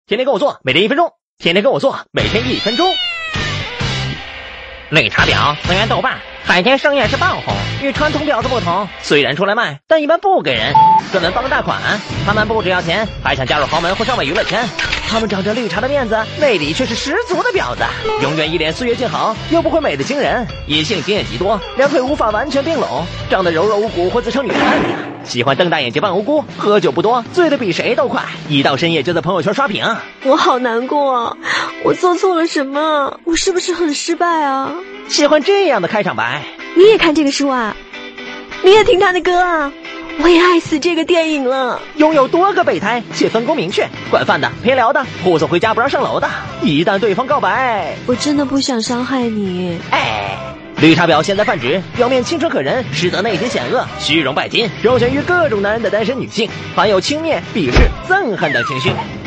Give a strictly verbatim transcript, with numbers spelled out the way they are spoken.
天天跟我做，每天一分钟，天天跟我做，每天一分钟。绿茶婊资源豆瓣，海天盛宴是爆红。与传统婊子不同，虽然出来卖，但一般不给人，专门傍大款。他们不只要钱，还想加入豪门或上位娱乐圈。他们长着绿茶的面子，内里却是十足的婊子，永远一脸岁月静好，又不会美得惊人，隐性经验极多，两腿无法完全并拢，长得柔柔无骨或自称女汉子，喜欢瞪大眼睛扮无辜，喝酒不多，醉得比谁都快，一到深夜就在朋友圈刷屏。 我好难过，我做错了什么？我是不是很失败啊？ 喜欢这样的开场白。 你也看这个书啊？你也听他的歌啊？我也爱死这个电影了。 拥有多个备胎，且分工明确，管饭的、陪聊的、护送回家不让上楼的，一旦对方告白， 我真的不想伤害你。 哎，绿茶婊现在泛指表面清纯可人，实则内心险恶，虚荣拜金，周旋于各种男人的单身女性，含有轻蔑、鄙视、憎恨等情绪。